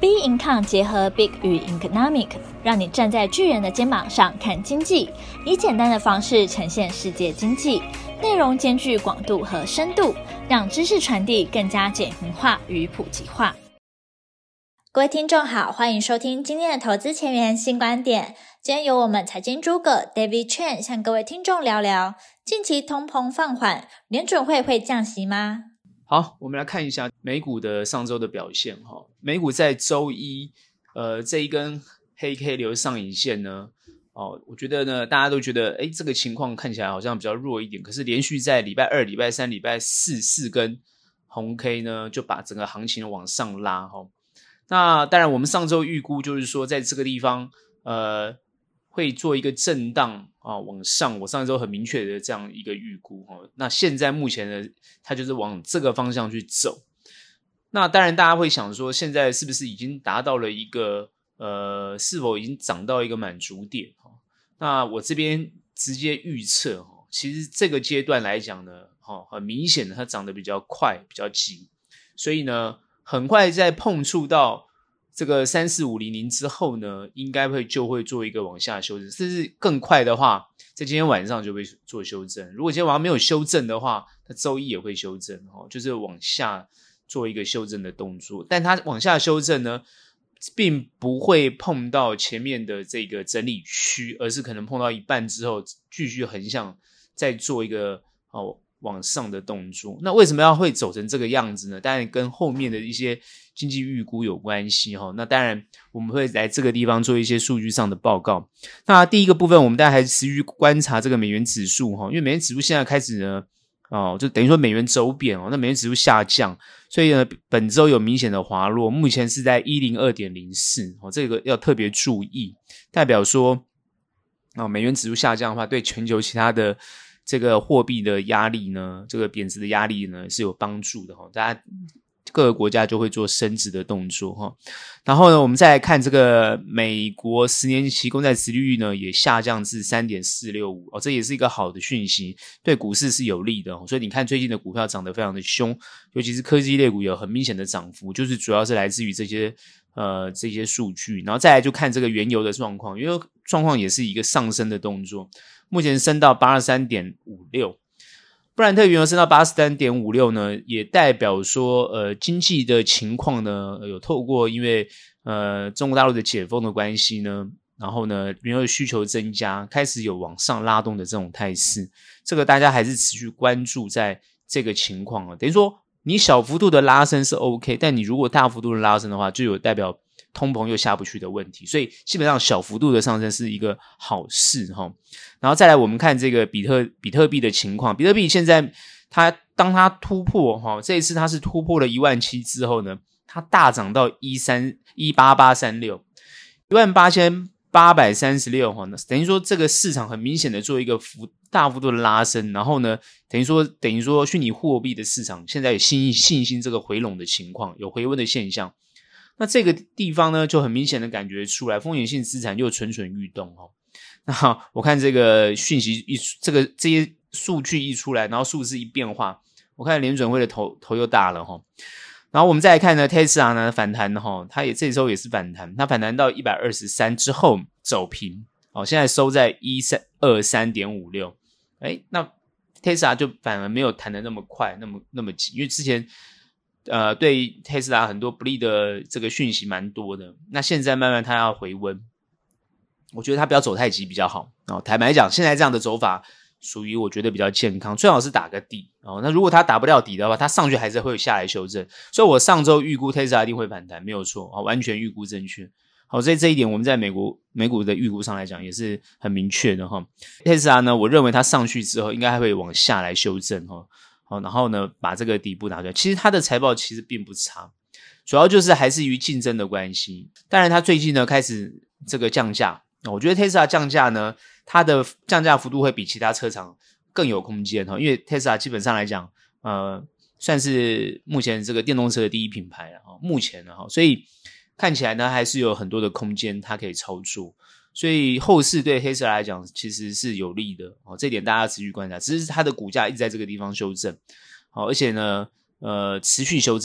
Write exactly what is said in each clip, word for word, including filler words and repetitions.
B Income 结合 Big 与 Economic， 让你站在巨人的肩膀上看经济，以简单的方式呈现世界经济，内容兼具广度和深度，让知识传递更加简明化与普及化。各位听众好，欢迎收听今天的投资前沿新观点。今天由我们财经诸葛 David Chen 向各位听众聊聊，近期通膨放缓，联准会会降息吗？ 好，我们来看一下美股的上周的表现。美股在周一呃这一根黑 K 留上影线呢，哦，我觉得呢大家都觉得诶这个情况看起来好像比较弱一点，可是连续在礼拜二、礼拜三、礼拜四四根红 K 呢就把整个行情往上拉。哦，那当然我们上周预估就是说在这个地方呃会做一个震荡啊往上，我上周很明确的这样一个预估。哦，那现在目前呢它就是往这个方向去走。那当然大家会想说现在是不是已经达到了一个呃是否已经涨到一个满足点。哦，那我这边直接预测，哦，其实这个阶段来讲呢，哦，很明显的它涨得比较快比较急，所以呢很快在碰触到这个三四五零零之后呢，应该会就会做一个往下修正，甚至更快的话在今天晚上就会做修正。如果今天晚上没有修正的话，那周一也会修正。哦，就是往下做一个修正的动作，但它往下修正呢并不会碰到前面的这个整理区，而是可能碰到一半之后继续横向再做一个哦往上的动作。那为什么要会走成这个样子呢？当然跟后面的一些经济预估有关系。哦，那当然我们会来这个地方做一些数据上的报告。那第一个部分我们大家还是持续观察这个美元指数。因为美元指数现在开始呢哦，就等于说美元走贬。哦，那美元指数下降，所以呢本周有明显的滑落，目前是在 一零二点零四。哦，这个要特别注意，代表说哦美元指数下降的话，对全球其他的这个货币的压力呢，这个贬值的压力呢是有帮助的。哦，大家各个国家就会做升值的动作。哦，然后呢我们再来看这个美国十年期公债殖利率呢也下降至 三点四六五。哦，这也是一个好的讯息，对股市是有利的。哦，所以你看最近的股票涨得非常的凶，尤其是科技类股有很明显的涨幅，就是主要是来自于这些呃这些数据。然后再来就看这个原油的状况，原油状况也是一个上升的动作，目前升到 八十三点五六。布兰特原油升到 八十三点五六 呢，也代表说呃经济的情况呢有透过因为呃中国大陆的解封的关系呢，然后呢原油的需求增加，开始有往上拉动的这种态势。这个大家还是持续关注在这个情况。啊，等于说你小幅度的拉升是 OK， 但你如果大幅度的拉升的话，就有代表通膨又下不去的问题，所以基本上小幅度的上升是一个好事。齁，然后再来我们看这个比特比特币的情况，比特币现在它当它突破齁，这一次它是突破了一万七之后呢，它大涨到一八八三六 一万八千八百三十六。齁，等于说这个市场很明显的做一个幅大幅度的拉升，然后呢等于说等于说虚拟货币的市场现在有信信心这个回笼的情况，有回温的现象。那这个地方呢就很明显的感觉出来风险性资产又蠢蠢欲动。哦，那我看这个讯息一这个这些数据一出来，然后数字一变化，我看联准会的头头又大了。齁，然后我们再来看呢 Tesla 呢反弹。齁，它也这周也是反弹，它反弹到一百二十三之后走平。哦，现在收在 一二三点五六。诶那 Tesla 就反而没有弹得那么快那么那么急，因为之前呃，对 Tesla 很多不利的这个讯息蛮多的，那现在慢慢它要回温，我觉得它不要走太急比较好。哦，坦白讲现在这样的走法属于我觉得比较健康，最好是打个底。哦，那如果它打不了底的话，它上去还是会下来修正，所以我上周预估 Tesla 一定会反弹，没有错。哦，完全预估正确。好，所以这一点我们在美国美股的预估上来讲也是很明确的。齁， Tesla 呢我认为它上去之后应该还会往下来修正。齁，好，然后呢把这个底部拿出来，其实它的财报其实并不差，主要就是还是于竞争的关系。当然它最近呢开始这个降价，我觉得 Tesla 降价呢它的降价幅度会比其他车厂更有空间。因为 Tesla 基本上来讲呃算是目前这个电动车的第一品牌了，目前呢，所以看起来呢还是有很多的空间它可以操作，所以后市对黑色来讲其实是有利的。哦，这点大家持续观察，只是它的股价一直在这个地方修正。好，而且呢呃持续修正，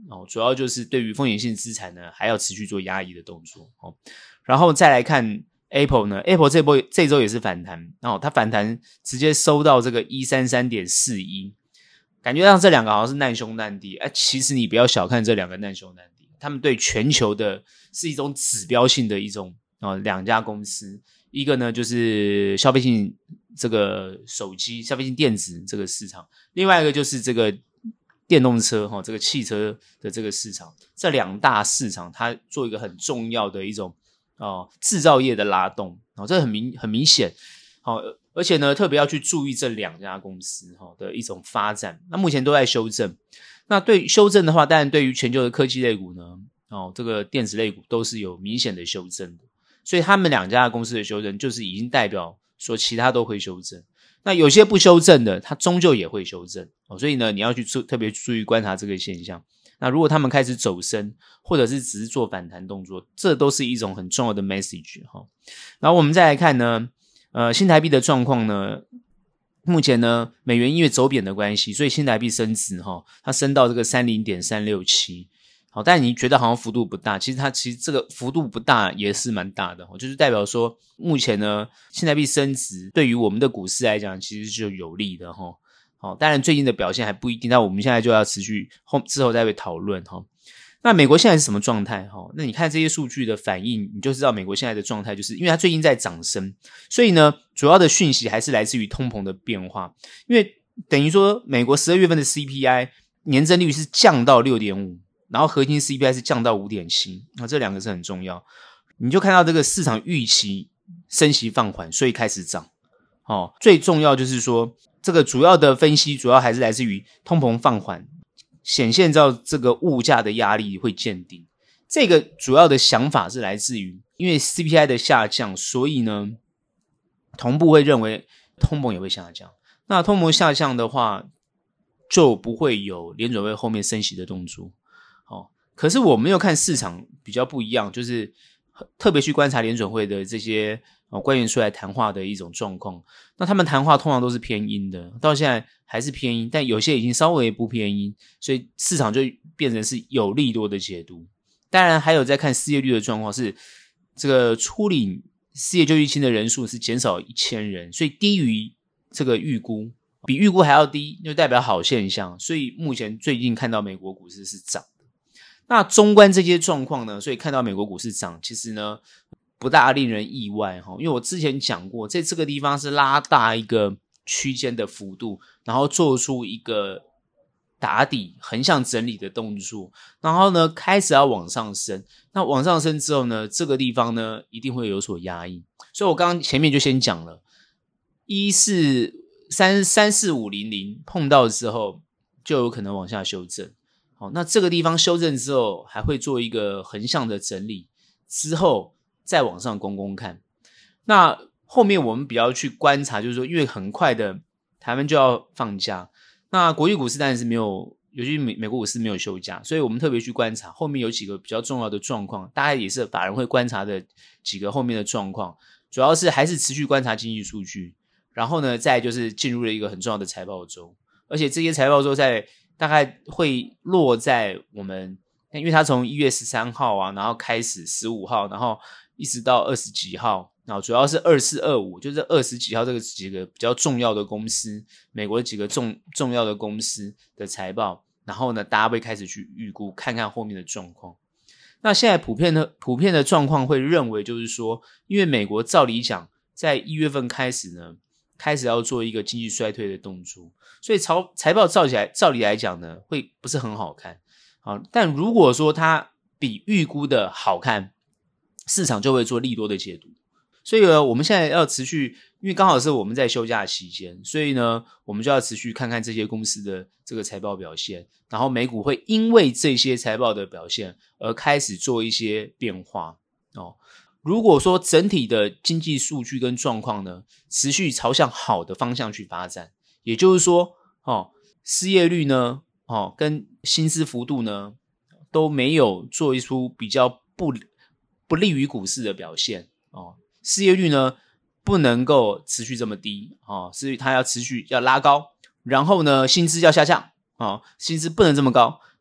哦，主要就是对于风险性资产呢还要持续做压抑的动作哦。然后再来看 Apple 呢 ，Apple 这波这周也是反弹，然后它反弹直接收到这个 一百三十三点四一， 感觉上这两个好像是难兄难弟，哎，其实你不要小看这两个难兄难弟，他们对全球的是一种指标性的一种哦，两家公司，一个呢就是消费性这个手机、消费性电子这个市场，另外一个就是这个电动车哈、哦，这个汽车的这个市场，这两大市场它做一个很重要的一种哦制造业的拉动，哦，这很明很明显，哦，而且呢特别要去注意这两家公司哈、哦、的一种发展，那目前都在修正。那对修正的话，当然对于全球的科技类股呢，哦，这个电子类股都是有明显的修正的，所以他们两家公司的修正就是已经代表说其他都会修正。那有些不修正的，它终究也会修正哦，所以呢，你要去特别注意观察这个现象。那如果他们开始走升，或者是只是做反弹动作，这都是一种很重要的 message 哈、哦。然后我们再来看呢，呃，新台币的状况呢，目前呢，美元因为走贬的关系，所以新台币升值哈、哦，它升到这个 三十点三六七。好，但你觉得好像幅度不大，其实它其实这个幅度不大也是蛮大的，就是代表说目前呢新台币升值对于我们的股市来讲其实就有利的齁。好，当然最近的表现还不一定，但我们现在就要持续后之后再会讨论齁。那美国现在是什么状态齁？那你看这些数据的反应，你就知道美国现在的状态，就是因为它最近在涨升，所以呢主要的讯息还是来自于通膨的变化，因为等于说美国十二月份的 C P I 年增率是降到 六点五，然后核心 C P I 是降到 五点七， 那这两个是很重要。你就看到这个市场预期升息放缓，所以开始涨。哦，最重要就是说这个主要的分析主要还是来自于通膨放缓，显现到这个物价的压力会见顶。这个主要的想法是来自于因为 C P I 的下降，所以呢同步会认为通膨也会下降。那通膨下降的话，就不会有联准会后面升息的动作。哦，可是我没有看市场比较不一样，就是特别去观察联准会的这些、哦、官员出来谈话的一种状况。那他们谈话通常都是偏鹰的，到现在还是偏鹰，但有些已经稍微不偏鹰，所以市场就变成是有利多的解读。当然还有在看失业率的状况，是这个初领失业救济金的人数是减少一千人，所以低于这个预估，比预估还要低，就代表好现象。所以目前最近看到美国股市是涨。那纵观这些状况呢，所以看到美国股市涨，其实呢不大令人意外，因为我之前讲过，在这个地方是拉大一个区间的幅度，然后做出一个打底横向整理的动作，然后呢开始要往上升。那往上升之后呢，这个地方呢一定会有所压抑，所以我刚刚前面就先讲了一四三三四五零零碰到之后就有可能往下修正。好，那这个地方修正之后还会做一个横向的整理，之后再往上攻攻看。那后面我们比较去观察，就是说因为很快的台湾就要放假，那国际股市当然是没有，尤其美美国股市没有休假，所以我们特别去观察后面有几个比较重要的状况，大概也是法人会观察的几个后面的状况，主要是还是持续观察经济数据，然后呢再就是进入了一个很重要的财报周，而且这些财报周在大概会落在我们，因为它从一月十三号啊，然后开始十五号，然后一直到二十几号，然后主要是二四二五，就是二十几号这个几个比较重要的公司，美国几个重重要的公司的财报，然后呢大家会开始去预估，看看后面的状况。那现在普遍的普遍的状况会认为就是说，因为美国照理讲在一月份开始呢开始要做一个经济衰退的动作，所以财报照起来照理来讲呢会不是很好看。好，但如果说它比预估的好看，市场就会做利多的解读。所以呢我们现在要持续，因为刚好是我们在休假期间，所以呢我们就要持续看看这些公司的这个财报表现，然后美股会因为这些财报的表现而开始做一些变化哦。如果说整体的经济数据跟状况呢持续朝向好的方向去发展，也就是说哦，失业率呢哦跟薪资幅度呢都没有做出比较不不利于股市的表现哦，失业率呢不能够持续这么低哦，所以它要持续要拉高，然后呢薪资要下降哦，薪资不能这么高，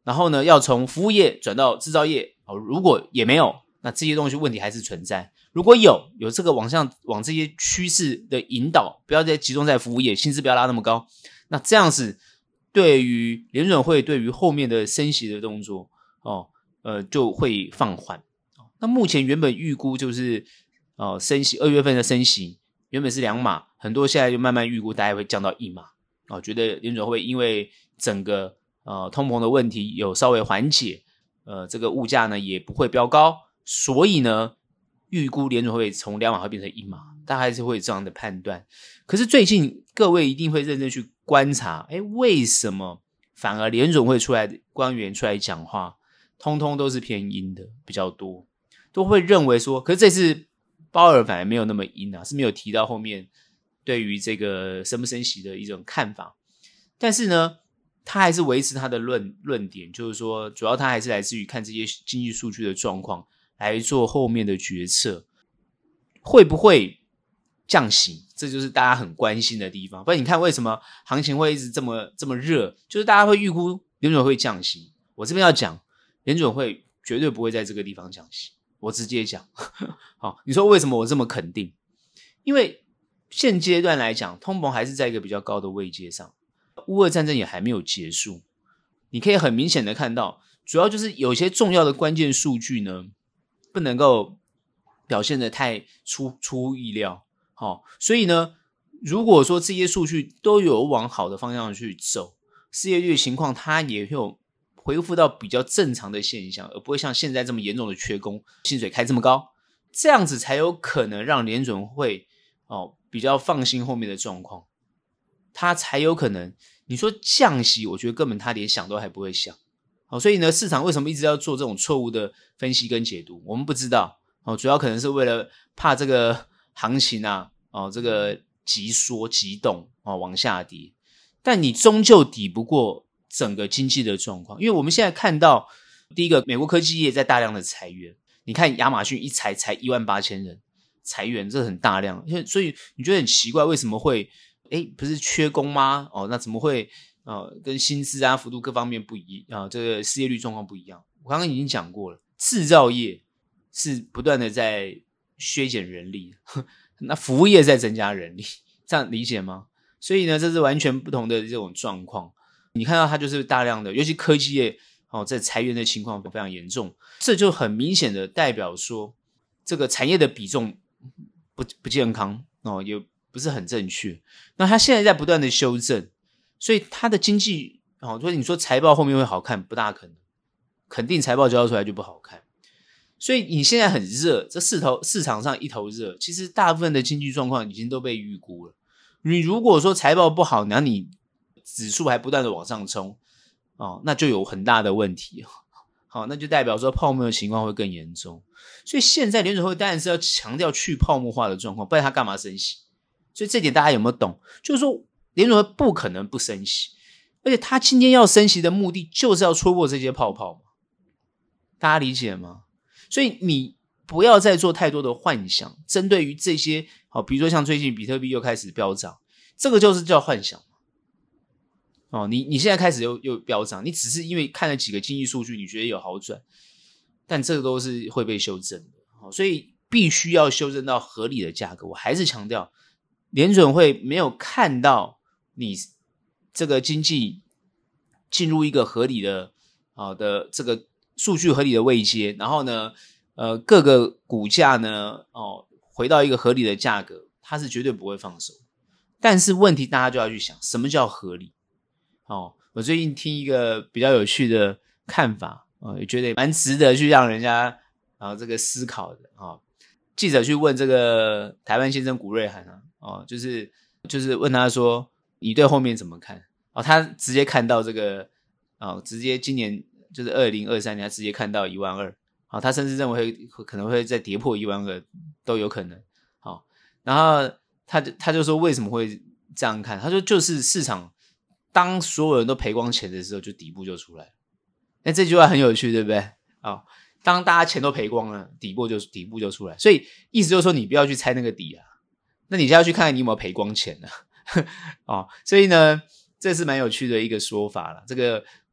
然后呢要从服务业转到制造业，哦，如果也没有，那这些东西问题还是存在。如果有有这个往上往这些趋势的引导，不要再集中在服务业，薪资不要拉那么高，那这样子对于联准会对于后面的升息的动作哦，呃就会放缓。那目前原本预估就是哦升息二月份的升息原本是两码，很多现在就慢慢预估大概会降到一码哦，觉得联准会因为整个呃通膨的问题有稍微缓解，呃这个物价呢也不会飙高，所以呢预估联准会从两码会变成一码，大概是会有这样的判断。可是最近各位一定会认真去观察，诶，为什么反而联准会出来官员出来讲话通通都是偏阴的比较多，都会认为说，可是这次鲍尔反而没有那么阴啊，是没有提到后面对于这个升不升息的一种看法，但是呢他还是维持他的论论点，就是说主要他还是来自于看这些经济数据的状况来做后面的决策，会不会降息，这就是大家很关心的地方。不然你看为什么行情会一直这么这么热，就是大家会预估联准会降息。我这边要讲，联准会绝对不会在这个地方降息，我直接讲。好，你说为什么我这么肯定？因为现阶段来讲，通膨还是在一个比较高的位阶上，乌俄战争也还没有结束，你可以很明显的看到，主要就是有些重要的关键数据呢不能够表现得太出出乎意料，哦，所以呢如果说这些数据都有往好的方向去走，失业率情况它也会有恢复到比较正常的现象，而不会像现在这么严重的缺工，薪水开这么高，这样子才有可能让联准会哦比较放心后面的状况，它才有可能。你说降息，我觉得根本他连想都还不会想。好，所以呢，市场为什么一直要做这种错误的分析跟解读？我们不知道。哦，主要可能是为了怕这个行情啊，哦，这个急缩急动哦往下跌，但你终究抵不过整个经济的状况，因为我们现在看到，第一个，美国科技业在大量的裁员，你看亚马逊一裁裁一万八千人，裁员这很大量，所以你觉得很奇怪，为什么会？诶，不是缺工吗？哦，那怎么会呃跟薪资啊幅度各方面不一样啊，这个失业率状况不一样？我刚刚已经讲过了，制造业是不断的在削减人力，那服务业在增加人力，这样理解吗？所以呢，这是完全不同的这种状况。你看到它就是大量的，尤其科技业哦，在裁员的情况非常严重，这就很明显的代表说，这个产业的比重不不健康哦，也不是很正确。那它现在在不断的修正，所以它的经济哦，所以你说财报后面会好看，不大可能，肯定财报交出来就不好看。所以你现在很热，这市头市场上一头热，其实大部分的经济状况已经都被预估了。你如果说财报不好，那你指数还不断的往上冲哦，那就有很大的问题。好，那就代表说泡沫的情况会更严重。所以现在联准会当然是要强调去泡沫化的状况，不然他干嘛升息？所以这点大家有没有懂？就是说联准会不可能不升息，而且他今天要升息的目的就是要戳破这些泡泡嘛，大家理解吗？所以你不要再做太多的幻想，针对于这些好，比如说像最近比特币又开始飙涨，这个就是叫幻想哦，你你现在开始又又飙涨，你只是因为看了几个经济数据，你觉得有好转，但这个都是会被修正的，哦，所以必须要修正到合理的价格。我还是强调，联准会没有看到你这个经济进入一个合理的啊的这个数据合理的位阶，然后呢，呃，各个股价呢，哦，回到一个合理的价格，它是绝对不会放手。但是问题大家就要去想，什么叫合理？哦，我最近听一个比较有趣的看法，哦，也觉得蛮值得去让人家啊这个思考的啊，哦。记者去问这个台湾先生古瑞涵啊，哦，就是就是问他说，你对后面怎么看？哦，他直接看到这个，哦，直接今年就是二零二三年，他直接看到一万二，好，他甚至认为会可能会再跌破一万二都有可能，好，然后他就他就说为什么会这样看？他说就是市场当所有人都赔光钱的时候，就底部就出来了。那这句话很有趣，对不对？哦，当大家钱都赔光了，底部就底部就出来，所以意思就是说你不要去猜那个底啊，那你就要去看看你有没有赔光钱啊。哦，所以呢，这是蛮有趣的一个说法啦。这个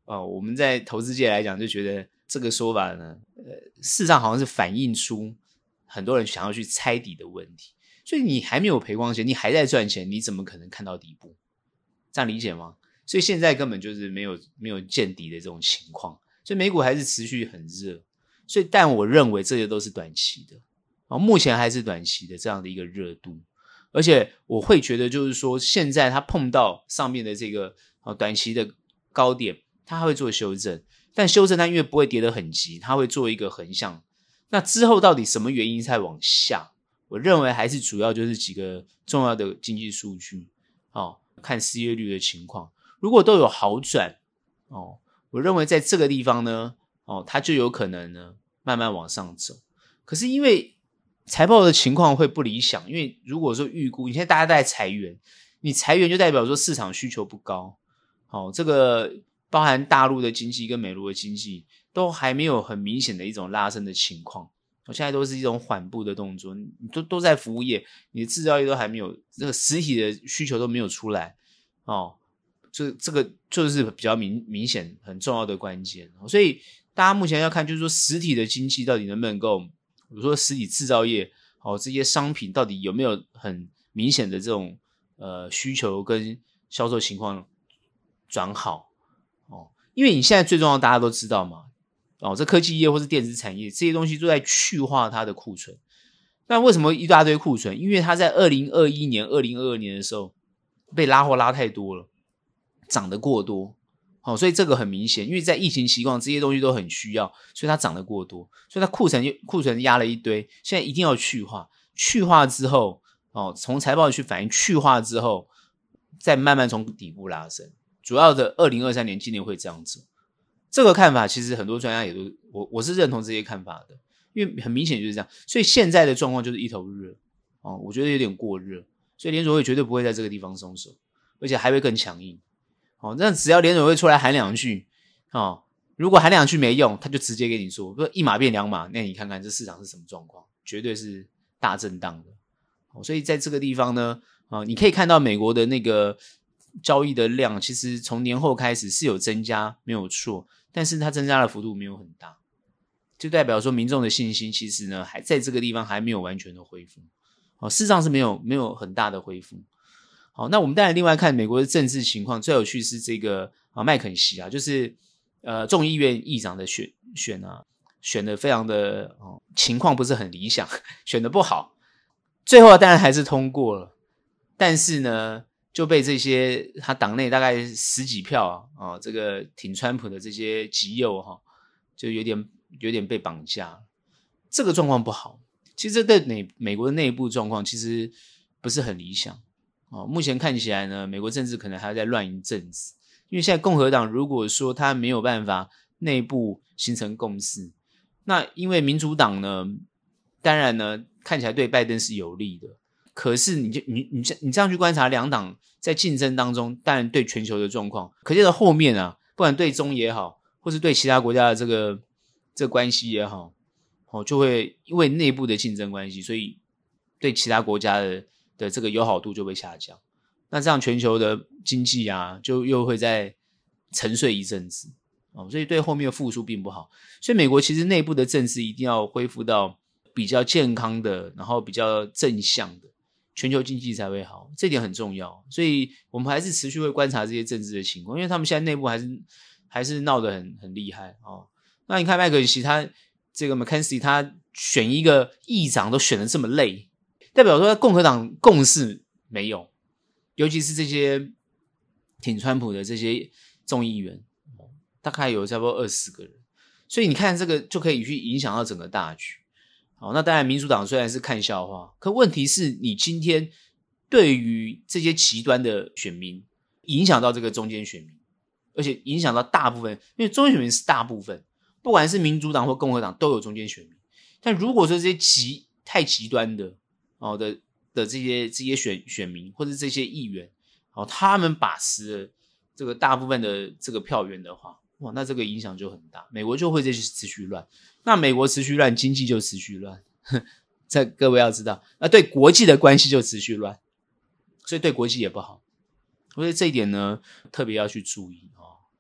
哦，我们在投资界来讲就觉得这个说法呢，呃，事实上好像是反映出很多人想要去猜底的问题。所以你还没有赔光钱，你还在赚钱，你怎么可能看到底部？这样理解吗？所以现在根本就是没有没有见底的这种情况，所以美股还是持续很热。所以但我认为这些都是短期的，哦，目前还是短期的这样的一个热度。而且我会觉得就是说现在它碰到上面的这个、哦、短期的高点，它会做修正，但修正它因为不会跌得很急，它会做一个横向。那之后到底什么原因才往下？我认为还是主要就是几个重要的经济数据，哦，看失业率的情况，如果都有好转，哦，我认为在这个地方呢，哦，它就有可能呢慢慢往上走。可是因为财报的情况会不理想，因为如果说预估，你现在大家都在裁员，你裁员就代表说市场需求不高，哦，这个包含大陆的经济跟美国的经济都还没有很明显的一种拉升的情况。我现在都是一种缓步的动作，你都都在服务业，你的制造业都还没有，这个实体的需求都没有出来，哦，这这个就是比较明明显很重要的关键。所以大家目前要看就是说实体的经济到底能不能够，比如说实体制造业，哦，这些商品到底有没有很明显的这种呃需求跟销售情况转好，哦，因为你现在最重要大家都知道嘛。哦，这科技业或是电子产业这些东西都在去化它的库存。那为什么一大堆库存？因为它在二零二一年、二零二二年的时候被拉货拉太多了，涨得过多。哦，所以这个很明显，因为在疫情情况这些东西都很需要，所以它涨得过多，所以它库存库存压了一堆，现在一定要去化。去化之后，哦，从财报去反映去化之后，再慢慢从底部拉升。主要的二零二三年今年会这样走。这个看法其实很多专家也都我我是认同这些看法的，因为很明显就是这样，所以现在的状况就是一头热，哦，我觉得有点过热，所以联准会绝对不会在这个地方松手，而且还会更强硬。哦，那只要联准会出来喊两句，哦，如果喊两句没用，他就直接给你说，一码变两码，那你看看这市场是什么状况，绝对是大震荡的。哦，所以在这个地方呢，哦，你可以看到美国的那个交易的量，其实从年后开始是有增加，没有错。但是它增加的幅度没有很大，就代表说民众的信心其实呢还在这个地方还没有完全的恢复，哦，事实上是没有没有很大的恢复。好，那我们当然另外看美国的政治情况，最有趣是这个啊麦肯锡啊，就是呃众议院议长的选选啊，选的非常的、哦、情况不是很理想，选的不好，最后当然还是通过了，但是呢。就被这些他党内大概十几票啊，哦，这个挺川普的这些极右哈、哦，就有点有点被绑架，这个状况不好。其实这对美美国的内部状况其实不是很理想哦。目前看起来呢，美国政治可能还要再乱一阵子，因为现在共和党如果说他没有办法内部形成共识，那因为民主党呢，当然呢看起来对拜登是有利的。可是你就你你你这样去观察两党在竞争当中，当然对全球的状况，可见的后面啊，不管对中也好，或是对其他国家的这个这个关系也好，哦，就会因为内部的竞争关系，所以对其他国家的的这个友好度就会下降。那这样全球的经济啊，就又会再沉睡一阵子哦，所以对后面的复苏并不好。所以美国其实内部的政治一定要恢复到比较健康的，然后比较正向的。全球经济才会好，这点很重要，所以我们还是持续会观察这些政治的情况，因为他们现在内部还是还是闹得很很厉害哦。那你看麦肯锡他这个 McKenzie 他选一个议长都选得这么累，代表说共和党共识没有，尤其是这些挺川普的这些众议员，大概有差不多二十个人，所以你看这个就可以去影响到整个大局。好，那当然民主党虽然是看笑话，可问题是你今天对于这些极端的选民影响到这个中间选民，而且影响到大部分，因为中间选民是大部分，不管是民主党或共和党都有中间选民，但如果说这些极太极端的哦的的这些这些选选民或者这些议员，哦，他们把持了这个大部分的这个票源的话，哇，那这个影响就很大，美国就会再去持续乱。那美国持续乱，经济就持续乱，这各位要知道，那对国际的关系就持续乱，所以对国际也不好。所以这一点呢，特别要去注意哦。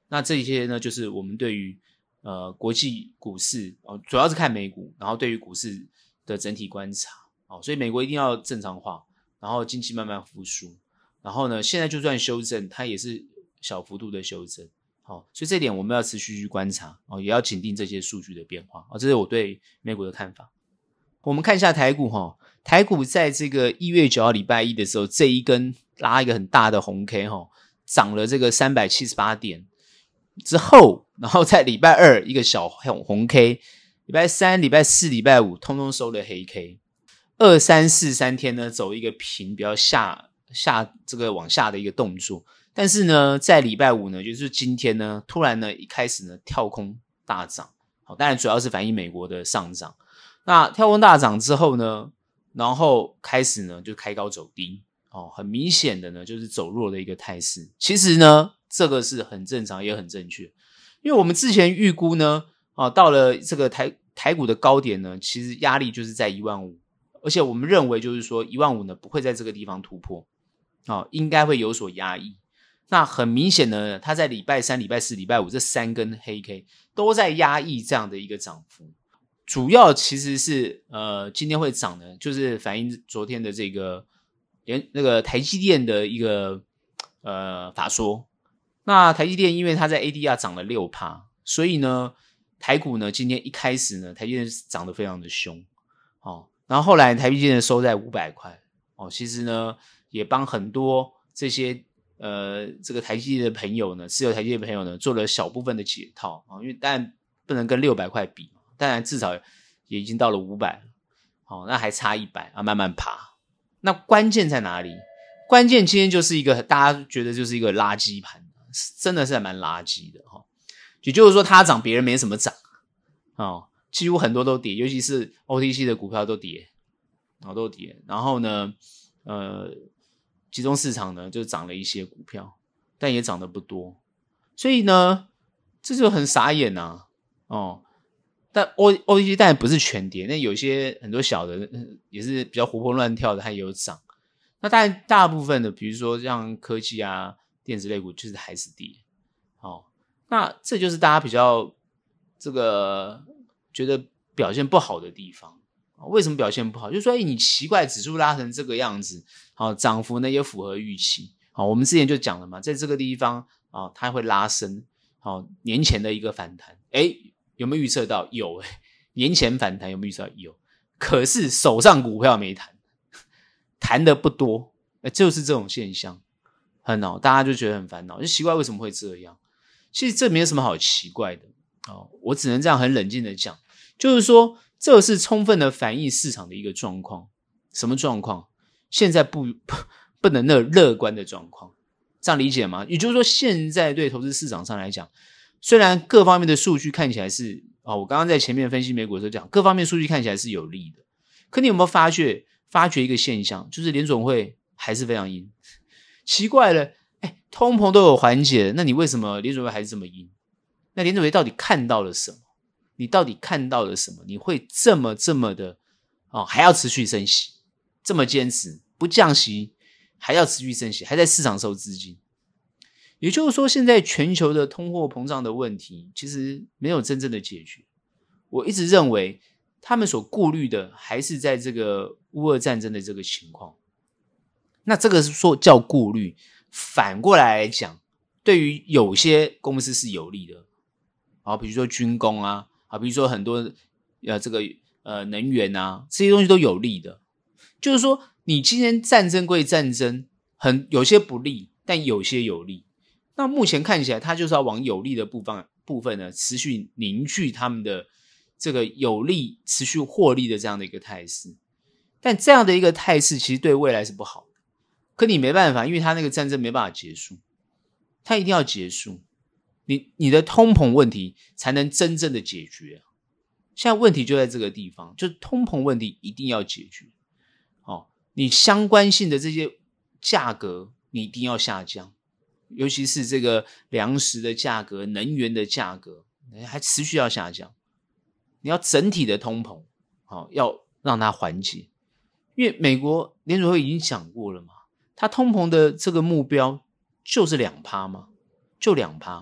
那这些呢，就是我们对于呃国际股市哦，主要是看美股，然后对于股市的整体观察哦，所以美国一定要正常化，然后经济慢慢复苏，然后呢，现在就算修正，它也是小幅度的修正。好、哦，所以这点我们要持续去观察哦，也要紧盯这些数据的变化哦，这是我对美股的看法。我们看一下台股哈、哦，台股在这个一月九号礼拜一的时候，这一根拉一个很大的红 K 哈、哦，涨了这个三百七十八点之后，然后在礼拜二一个小红 K， 礼拜三、礼拜四、礼拜五通通收了黑 K， 二三四三天呢走一个平，比较下下这个往下的一个动作。但是呢，在礼拜五呢，就是今天呢，突然呢一开始呢跳空大涨，好，当然主要是反映美国的上涨。那跳空大涨之后呢，然后开始呢就开高走低，哦，很明显的呢就是走弱的一个态势。其实呢，这个是很正常也很正确，因为我们之前预估呢，哦，到了这个台台股的高点呢，其实压力就是在一万五，而且我们认为就是说一万五呢不会在这个地方突破，哦，应该会有所压抑。那很明显呢，它在礼拜三、礼拜四、礼拜五这三根黑 K 都在压抑这样的一个涨幅。主要其实是呃今天会涨呢，就是反映昨天的这个连那个台积电的一个呃法说。那台积电因为它在 A D R 涨了 百分之六， 所以呢台股呢今天一开始呢台积电涨得非常的凶哦，然后后来台积电收在五百块哦，其实呢也帮很多这些呃这个台积电的朋友呢，持有台积电的朋友呢做了小部分的解套啊、哦，因为当然不能跟六百块比，当然至少也已经到了五百了，好、哦，那还差一百啊，慢慢爬。那关键在哪里？关键今天就是一个大家觉得就是一个垃圾盘，真的是还蛮垃圾的哈、哦。也就是说，它涨，别人没什么涨哦，几乎很多都跌，尤其是 O T C 的股票都跌，哦都跌。然后呢，呃，集中市场呢就涨了一些股票，但也涨得不多，所以呢，这就很傻眼啊，哦。但 O T C 当然不是全跌，那有些很多小的也是比较活泼乱跳的，它也有涨。那当然大部分的，比如说像科技啊、电子类股，就是还是跌。哦，那这就是大家比较这个觉得表现不好的地方。为什么表现不好？就是说，哎，你奇怪，指数拉成这个样子，好、哦，涨幅呢也符合预期。好、哦，我们之前就讲了嘛，在这个地方啊、哦，它会拉升。好、哦，年前的一个反弹，哎。有没有预测到？有诶、欸，年前反弹有没有预测到？有，可是手上股票没弹，弹的不多，欸、就是这种现象，很恼，大家就觉得很烦恼，就奇怪为什么会这样。其实这没有什么好奇怪的哦，我只能这样很冷静的讲，就是说这是充分的反映市场的一个状况。什么状况？现在不不能那乐观的状况，这样理解吗？也就是说，现在对投资市场上来讲。虽然各方面的数据看起来是、哦、我刚刚在前面分析美股的时候讲，各方面数据看起来是有利的，可你有没有发觉发觉一个现象，就是联准会还是非常鹰。奇怪了，哎，通膨都有缓解，那你为什么联准会还是这么鹰？那联准会到底看到了什么？你到底看到了什么？你会这么这么的哦，还要持续升息，这么坚持不降息，还要持续升息，还在市场收资金。也就是说，现在全球的通货膨胀的问题其实没有真正的解决。我一直认为他们所顾虑的还是在这个乌俄战争的这个情况。那这个是说叫顾虑，反过来来讲，对于有些公司是有利的，啊，比如说军工啊，啊，比如说很多呃这个呃能源啊，这些东西都有利的。就是说，你今天战争归战争，很有些不利，但有些有利。那目前看起来，它就是要往有利的部分部分呢，持续凝聚他们的这个有利、持续获利的这样的一个态势。但这样的一个态势，其实对未来是不好的。可你没办法，因为它那个战争没办法结束，它一定要结束，你你的通膨问题才能真正的解决。现在问题就在这个地方，就是通膨问题一定要解决。哦，你相关性的这些价格，你一定要下降。尤其是这个粮食的价格、能源的价格还持续要下降，你要整体的通膨、哦、要让它缓解。因为美国联准会已经讲过了嘛，它通膨的这个目标就是 百分之二 嘛，就 百分之二。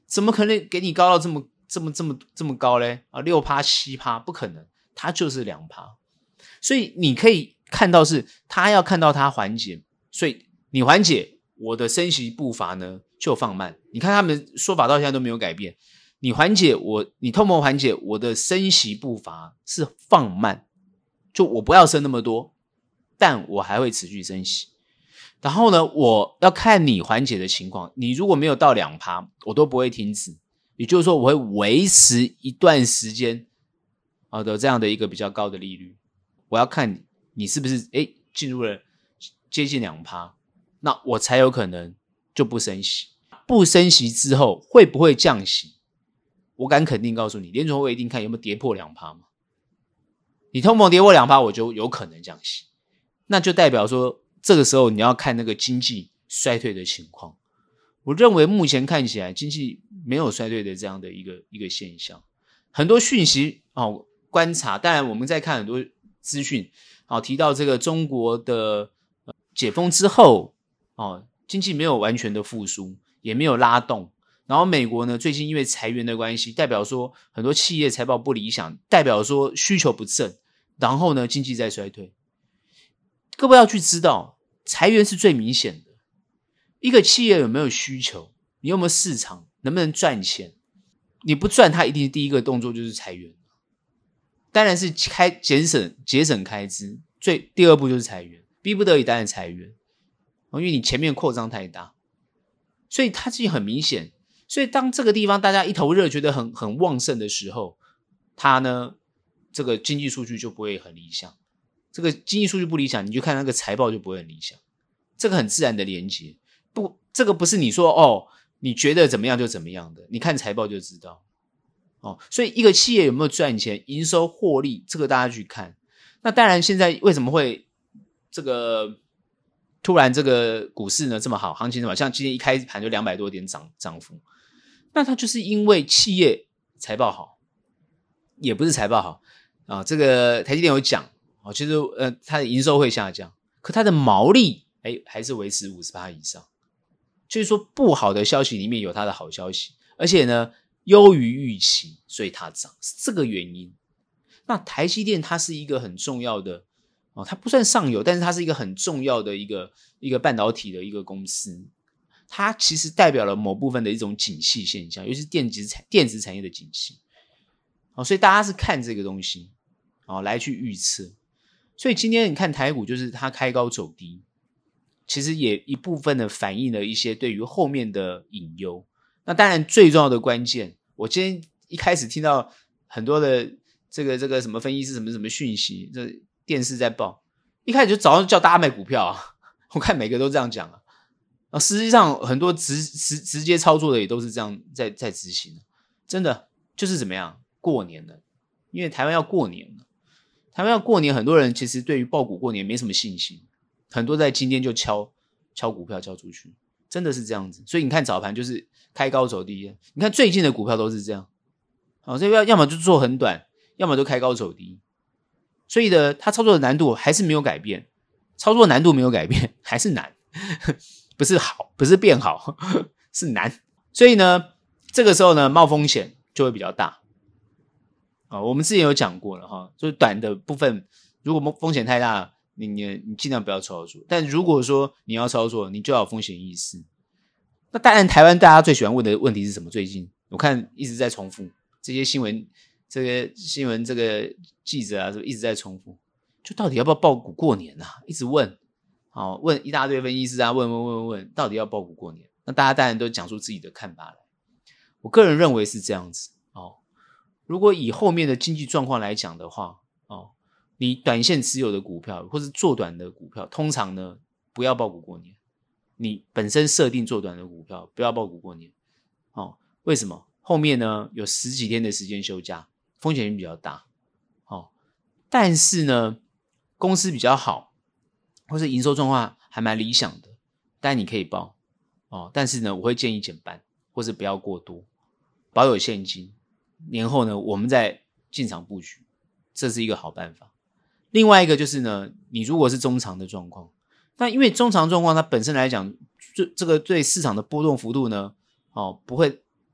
怎么可能给你高到这么这么这么这么高嘞？啊， 百分之六 百分之七 不可能，它就是 百分之二。 所以你可以看到是它要看到它缓解，所以你缓解，我的升息步伐呢就放慢。你看他们说法到现在都没有改变，你缓解我，你通膨缓解，我的升息步伐是放慢，就我不要升那么多，但我还会持续升息。然后呢，我要看你缓解的情况，你如果没有到 百分之二， 我都不会停止，也就是说我会维持一段时间的这样的一个比较高的利率。我要看你是不是诶进入了接近 百分之二， 那我才有可能就不升息。不升息之后会不会降息？我敢肯定告诉你，联准会一定看有没有跌破 百分之二嘛。你通膨跌破 百分之二， 我就有可能降息。那就代表说这个时候你要看那个经济衰退的情况。我认为目前看起来经济没有衰退的这样的一个一个现象。很多讯息哦观察，当然我们在看很多资讯哦提到这个中国的、呃、解封之后哦经济没有完全的复苏，也没有拉动。然后美国呢最近因为裁员的关系，代表说很多企业财报不理想，代表说需求不振，然后呢经济在衰退。各位要去知道，裁员是最明显的。一个企业有没有需求，你有没有市场，能不能赚钱，你不赚它一定第一个动作就是裁员。当然是开减省节省开支，最第二步就是裁员，逼不得已当然裁员，因为你前面扩张太大，所以它自己很明显。所以当这个地方大家一头热觉得很很旺盛的时候，它呢这个经济数据就不会很理想。这个经济数据不理想，你就看那个财报就不会很理想。这个很自然的连结，不，这个不是你说哦你觉得怎么样就怎么样的，你看财报就知道。哦，所以一个企业有没有赚钱，营收获利，这个大家去看。那当然现在为什么会这个突然这个股市呢这么好，行情这么好，像今天一开盘就两百多点涨涨幅，那它就是因为企业财报好，也不是财报好啊。这个台积电有讲哦，其实呃它的营收会下降，可它的毛利哎还是维持 百分之五十 以上，就是说不好的消息里面有它的好消息，而且呢优于预期，所以它涨，是这个原因。那台积电它是一个很重要的哦，它不算上游，但是它是一个很重要的一个一个半导体的一个公司，它其实代表了某部分的一种景气现象，尤其是电子产电子产业的景气。哦，所以大家是看这个东西哦来去预测。所以今天你看台股就是它开高走低，其实也一部分的反映了一些对于后面的隐忧。那当然最重要的关键，我今天一开始听到很多的这个这个什么分析师什么什么讯息，这电视在报，一开始就早上叫大家买股票啊，我看每个都这样讲啊。啊实际上很多直直直接操作的也都是这样在在执行，真的就是怎么样，过年了，因为台湾要过年了，台湾要过年，很多人其实对于抱股过年没什么信心，很多在今天就敲敲股票敲出去，真的是这样子。所以你看早盘就是开高走低，你看最近的股票都是这样，好，所以要要么就做很短，要么就开高走低。所以呢，它操作的难度还是没有改变，操作难度没有改变，还是难，不是好，不是变好，是难。所以呢，这个时候呢，冒风险就会比较大。啊，我们之前有讲过了哈，就是短的部分，如果风险太大，你你你尽量不要操作。但如果说你要操作，你就要有风险意识。那当然，台湾大家最喜欢问的问题是什么？最近我看一直在重复这些新闻，这个新闻这个记者啊，一直在重复，就到底要不要抱股过年啊？一直问，好，问一大堆分析师啊，问问问问，到底要抱股过年？那大家当然都讲出自己的看法来。我个人认为是这样子哦。如果以后面的经济状况来讲的话，哦，你短线持有的股票或是做短的股票，通常呢不要抱股过年。你本身设定做短的股票，不要抱股过年。哦，为什么？后面呢有十几天的时间休假，风险比较大。哦，但是呢，公司比较好，或是营收状况还蛮理想的，当然你可以抱。哦，但是呢，我会建议减半，或是不要过多，保有现金。年后呢，我们再进场布局，这是一个好办法。另外一个就是呢，你如果是中长的状况，那因为中长状况它本身来讲，这这个对市场的波动幅度呢，哦，不会不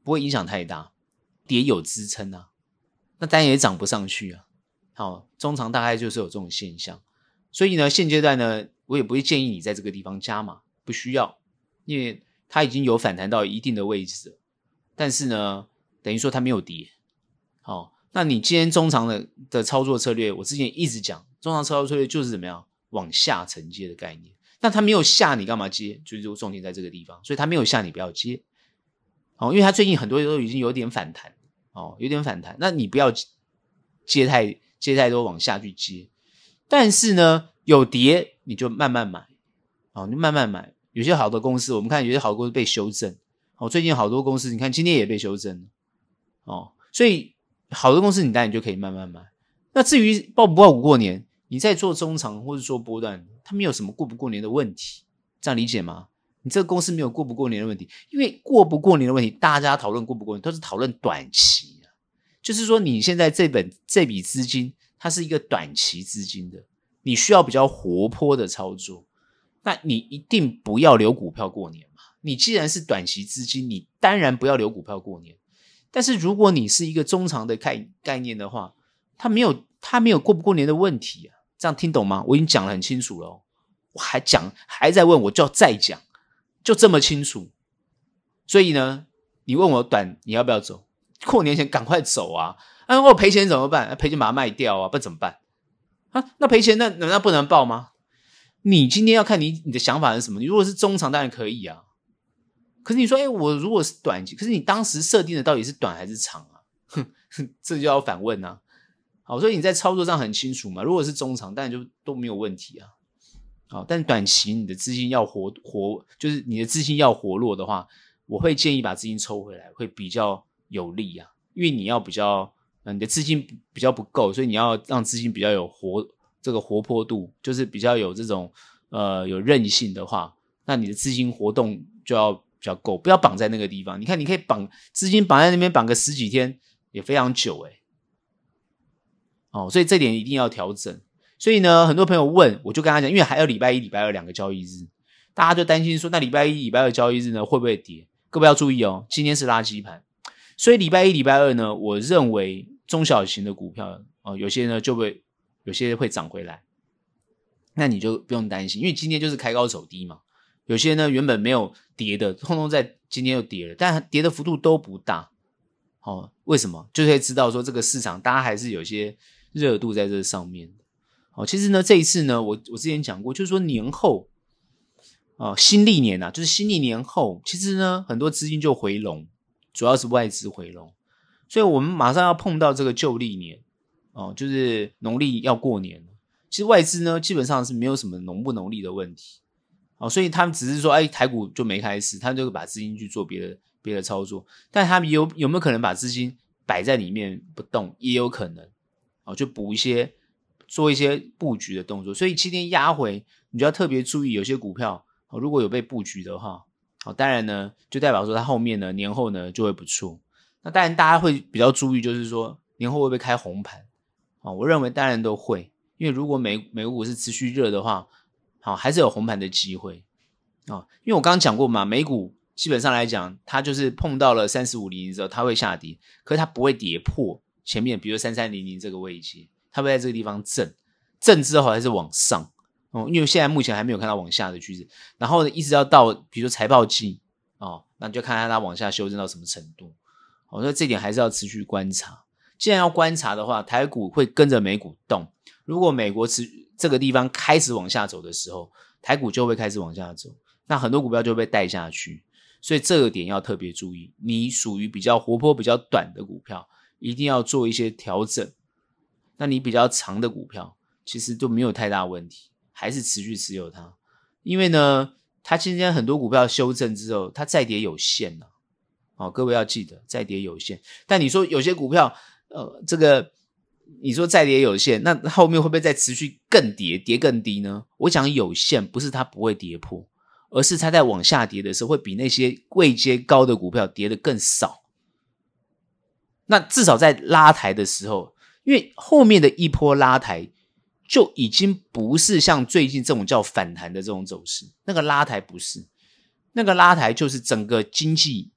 不会影响太大，跌有支撑啊，那当然也涨不上去啊。好，中长大概就是有这种现象，所以呢，现阶段呢，我也不会建议你在这个地方加码，不需要，因为它已经有反弹到一定的位置了，但是呢，等于说它没有跌。好，那你今天中长的的操作策略，我之前一直讲，中长操作策略就是怎么样往下承接的概念。那它没有下，你干嘛接？就是重点在这个地方，所以它没有下，你不要接。哦，因为它最近很多都已经有点反弹，哦，有点反弹，那你不要接太接太多往下去接。但是呢，有跌你就慢慢买，哦，你慢慢买。有些好的公司，我们看有些好的公司被修正，哦，最近好多公司，你看今天也被修正，哦，所以好的公司你当然就可以慢慢买。那至于报不报股过年，你在做中长或者做波段，它没有什么过不过年的问题，这样理解吗？你这个公司没有过不过年的问题，因为过不过年的问题，大家讨论过不过年都是讨论短期，就是说你现在这本这笔资金它是一个短期资金的，你需要比较活泼的操作，那你一定不要留股票过年嘛。你既然是短期资金，你当然不要留股票过年。但是如果你是一个中长的概概念的话，它没有它没有过不过年的问题啊，这样听懂吗？我已经讲得很清楚了哦，我还讲还在问，我就要再讲，就这么清楚。所以呢，你问我短你要不要走？过年前赶快走啊！啊，如果赔钱怎么办？赔钱把它卖掉啊，不然怎么办？啊，那赔钱那难道不能报吗？你今天要看你你的想法是什么。你如果是中长当然可以啊，可是你说，哎，我如果是短期，可是你当时设定的到底是短还是长啊？哼，这就要反问啊。好，所以你在操作上很清楚嘛。如果是中长，当然就都没有问题啊。好，但短期你的资金要活活，就是你的资金要活络的话，我会建议把资金抽回来，会比较有利啊。因为你要比较，呃、你的资金比较不够，所以你要让资金比较有活这个活泼度，就是比较有这种呃有韧性的话，那你的资金活动就要比较够，不要绑在那个地方。你看，你可以绑资金绑在那边绑个十几天，也非常久诶、欸。哦，所以这点一定要调整。所以呢，很多朋友问，我就跟他讲，因为还有礼拜一、礼拜二两个交易日，大家就担心说，那礼拜一、礼拜二交易日呢会不会跌？各位要注意哦，今天是垃圾盘，所以礼拜一、礼拜二呢，我认为中小型的股票哦，有些呢就会有些会涨回来，那你就不用担心，因为今天就是开高走低嘛。有些呢原本没有跌的，通通在今天又跌了，但跌的幅度都不大。哦，为什么？就可以知道说这个市场大家还是有些热度在这上面。哦，其实呢这一次呢，我我之前讲过，就是说年后哦，新历年啊，就是新历年后，其实呢很多资金就回笼，主要是外资回笼，所以我们马上要碰到这个旧历年哦，就是农历要过年了。其实外资呢基本上是没有什么农不农历的问题。哦，所以他们只是说，哎，台股就没开始，他就把资金去做别的别的操作，但他们有有没有可能把资金摆在里面不动，也有可能，哦，就补一些，做一些布局的动作。所以今天压回，你就要特别注意，有些股票，哦，如果有被布局的话，好，当然呢，就代表说它后面呢年后呢就会不错。那当然大家会比较注意，就是说年后会不会开红盘？哦，我认为当然都会，因为如果美美股是持续热的话。好，还是有红盘的机会哦，因为我刚刚讲过嘛，美股基本上来讲，它就是碰到了三十五零零之后，它会下跌，可是它不会跌破前面，比如三三零零这个位阶，它会在这个地方震，震之后还是往上哦，因为现在目前还没有看到往下的趋势，然后呢，一直要到比如说财报季哦，那你就看看它往下修正到什么程度哦，所以这点还是要持续观察。既然要观察的话，台股会跟着美股动，如果美国持这个地方开始往下走的时候，台股就会开始往下走，那很多股票就会被带下去，所以这个点要特别注意。你属于比较活泼比较短的股票，一定要做一些调整，那你比较长的股票其实都没有太大问题，还是持续持有它，因为呢它今天很多股票修正之后，它再跌有限啊。哦，各位要记得再跌有限，但你说有些股票呃，这个你说再跌有限，那后面会不会再持续更跌，跌更低呢？我讲有限不是它不会跌破，而是它在往下跌的时候会比那些位阶高的股票跌得更少。那至少在拉抬的时候，因为后面的一波拉抬就已经不是像最近这种叫反弹的这种走势，那个拉抬不是，那个拉抬就是整个经济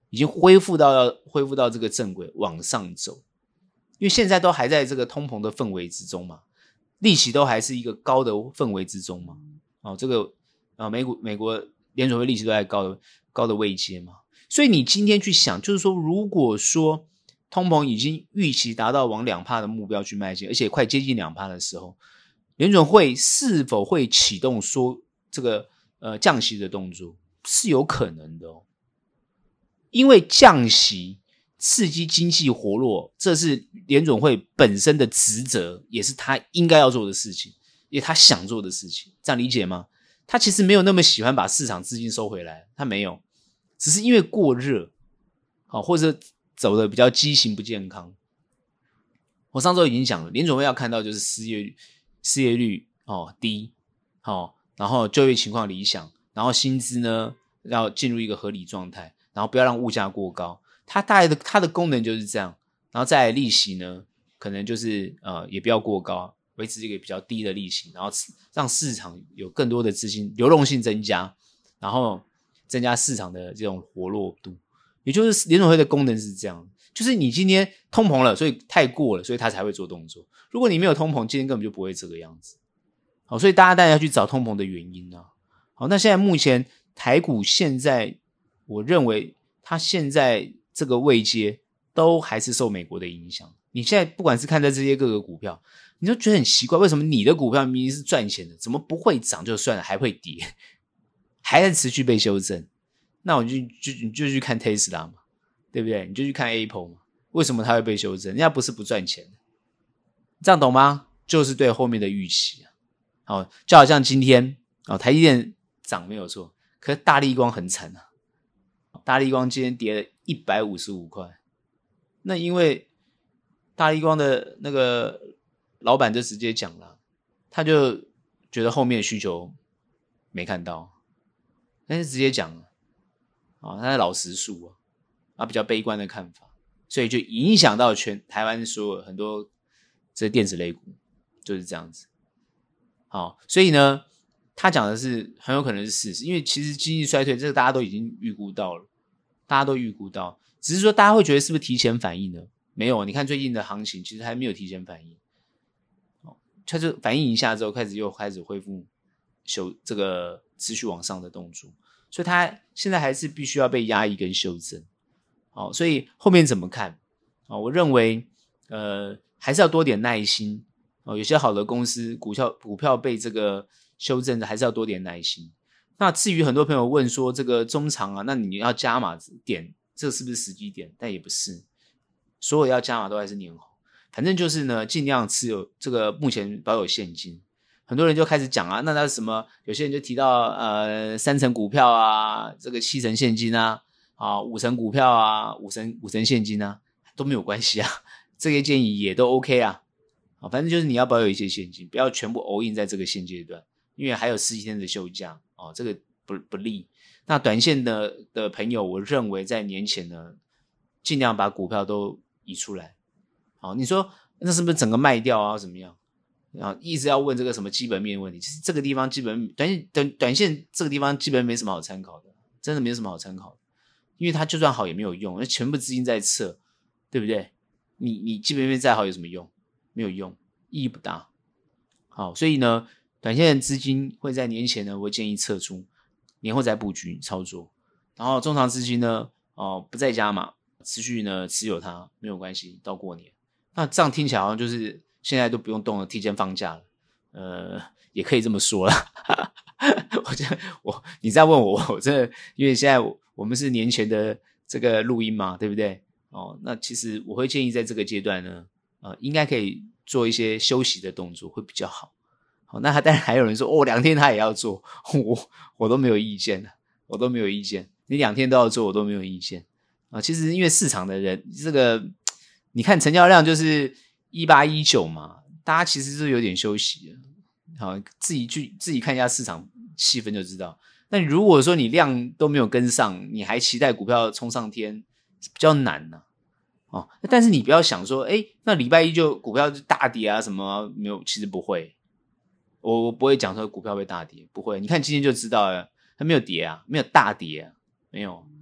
已经恢复到要恢复到这个正轨往上走，因为现在都还在这个通膨的氛围之中嘛，利息都还是一个高的氛围之中嘛。哦，这个啊，美股美国联准会利息都在高的高的位阶嘛，所以你今天去想，就是说，如果说通膨已经预期达到往 百分之二 的目标去迈进，而且快接近 百分之二 的时候，联准会是否会启动说这个呃降息的动作，是有可能的哦。因为降息刺激经济活络，这是联准会本身的职责，也是他应该要做的事情，也他想做的事情，这样理解吗？他其实没有那么喜欢把市场资金收回来，他没有，只是因为过热，好，或者走的比较畸形不健康。我上周已经讲了，联准会要看到就是失业率失业率哦低，哦，然后就业情况理想，然后薪资呢要进入一个合理状态，然后不要让物价过高。它大概的它的功能就是这样，然后再来利息呢，可能就是呃也不要过高，维持一个比较低的利息，然后让市场有更多的资金流动性增加，然后增加市场的这种活络度。也就是联准会的功能是这样，就是你今天通膨了，所以太过了，所以他才会做动作。如果你没有通膨，今天根本就不会这个样子。好，所以大家当然要去找通膨的原因啊。好，那现在目前台股现在，我认为它现在这个位阶都还是受美国的影响。你现在不管是看在这些各个股票，你就觉得很奇怪，为什么你的股票明明是赚钱的，怎么不会涨就算了，还会跌，还在持续被修正？那我就就你就去看 Tesla 嘛，对不对？你就去看 Apple 嘛，为什么它会被修正？人家不是不赚钱，这样懂吗？就是对后面的预期啊。好，就好像今天哦，台积电涨没有错，可是大立光很惨啊。大立光今天跌了一百五十五块，那因为大立光的那个老板就直接讲了，他就觉得后面的需求没看到，但是直接讲了。哦，他是老实述啊，啊比较悲观的看法，所以就影响到全台湾所有很多这电子类股，就是这样子。好，所以呢，他讲的是很有可能是事实，因为其实经济衰退这个大家都已经预估到了，大家都预估到，只是说大家会觉得是不是提前反应呢？没有，你看最近的行情其实还没有提前反应，哦，它就反应一下之后，开始又开始恢复修这个持续往上的动作。所以它现在还是必须要被压抑跟修正，好，所以后面怎么看？哦，我认为呃还是要多点耐心哦。有些好的公司股票股票被这个修正的，还是要多点耐心。那至于很多朋友问说这个中长啊，那你要加码点，这是不是时机点？但也不是，所有要加码都还是年后。反正就是呢，尽量持有这个目前保有现金。很多人就开始讲啊，那他什么？有些人就提到呃三成股票啊，这个七成现金啊，啊五成股票啊，五成五成现金啊，都没有关系啊，这些建议也都 OK 啊。啊，反正就是你要保有一些现金，不要全部 all in 在这个现阶段，因为还有十几天的休假哦，这个不不利。那短线的的朋友，我认为在年前呢，尽量把股票都移出来。好，你说那是不是整个卖掉啊？怎么样？然后一直要问这个什么基本面问题，其实这个地方基本短线短短线这个地方基本没什么好参考的，真的没什么好参考的，因为它就算好也没有用，因为全部资金在撤，对不对？你你基本面再好有什么用？没有用，意义不大。好，所以呢，短线的资金会在年前呢，我建议撤出，年后再布局操作。然后中长资金呢，哦不再加码，持续呢持有它没有关系，到过年。那这样听起来好像就是。现在都不用动了，提前放假了，呃，也可以这么说啦。我觉得我你再问我，我真的因为现在 我, 我们是年前的这个录音嘛，对不对？哦，那其实我会建议在这个阶段呢，呃，应该可以做一些休息的动作，会比较好。好，那当然还有人说，哦，两天他也要做，我我都没有意见的，我都没有意见，你两天都要做，我都没有意见啊。其实因为市场的人，这个你看成交量就是。一八一九嘛，大家其实是有点休息了，好，自己去自己看一下市场气氛就知道。那如果说你量都没有跟上，你还期待股票冲上天，比较难啊。哦，但是你不要想说，哎，那礼拜一就股票就大跌啊什么？没有，其实不会。我我不会讲说股票会大跌，不会。你看今天就知道了，它没有跌啊，没有大跌啊，没有。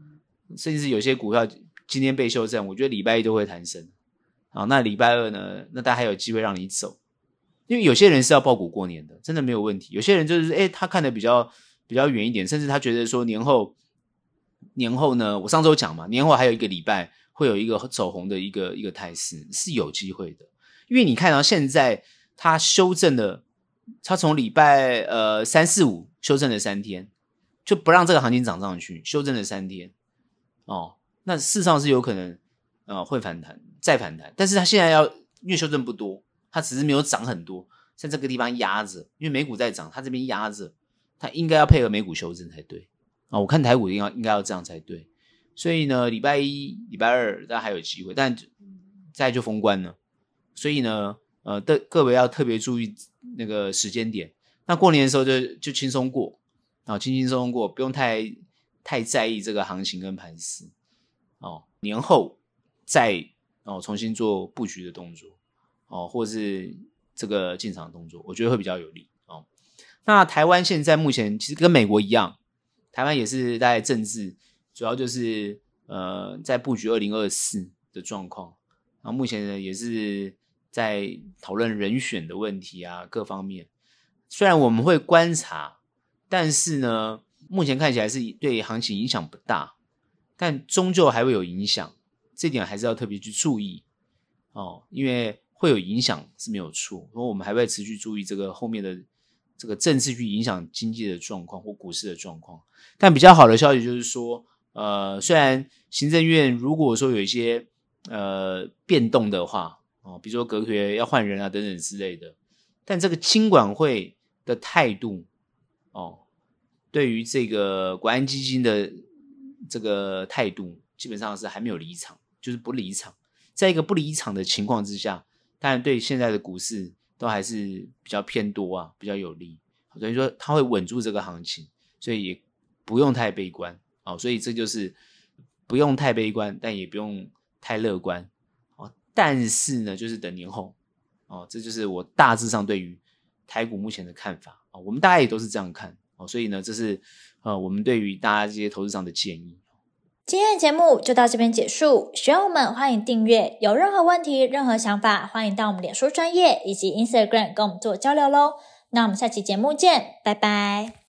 甚至有些股票今天被修正，我觉得礼拜一都会弹升。好，那礼拜二呢，那大家还有机会让你走。因为有些人是要抱股过年的，真的没有问题。有些人就是诶他看得比较比较远一点，甚至他觉得说年后年后呢，我上周讲嘛，年后还有一个礼拜会有一个走红的一个一个态势，是有机会的。因为你看到现在它修正了，它从礼拜呃三四五修正了三天，就不让这个行情涨上去，修正了三天哦，那事实上是有可能呃会反弹再反弹，但是它现在要因为修正不多，它只是没有涨很多，在这个地方压着，因为美股在涨，它这边压着，它应该要配合美股修正才对啊、哦。我看台股应该应该要这样才对，所以呢，礼拜一、礼拜二大家还有机会，但再就封关了。所以呢，呃，的各位要特别注意那个时间点。那过年的时候就就轻松过，啊、哦，轻轻松松过，不用太太在意这个行情跟盘势。哦，年后再哦重新做布局的动作，哦，或是这个进场的动作，我觉得会比较有利哦。那台湾现在目前其实跟美国一样，台湾也是大概政治主要就是呃在布局二零二四的状况，然后目前呢也是在讨论人选的问题啊，各方面。虽然我们会观察，但是呢，目前看起来是对行情影响不大，但终究还会有影响，这点还是要特别去注意哦，因为会有影响是没有错，所以我们还会持续注意这个后面的这个政治去影响经济的状况或股市的状况。但比较好的消息就是说，呃，虽然行政院如果说有一些呃变动的话，哦，比如说隔个月要换人啊等等之类的，但这个金管会的态度，哦，对于这个国安基金的这个态度，基本上是还没有离场，就是不离场。在一个不离场的情况之下，当然对现在的股市都还是比较偏多啊，比较有利。所以说它会稳住这个行情，所以也不用太悲观。哦，所以这就是不用太悲观，但也不用太乐观。哦，但是呢，就是等年后。哦，这就是我大致上对于台股目前的看法。哦，我们大家也都是这样看。哦，所以呢，这是呃我们对于大家这些投资上的建议。 今天的节目就到这边结束，喜欢我们欢迎订阅，有任何问题、任何想法，欢迎到我们脸书专页以及 Instagram 跟我们做交流咯。那我们下期节目见，拜拜。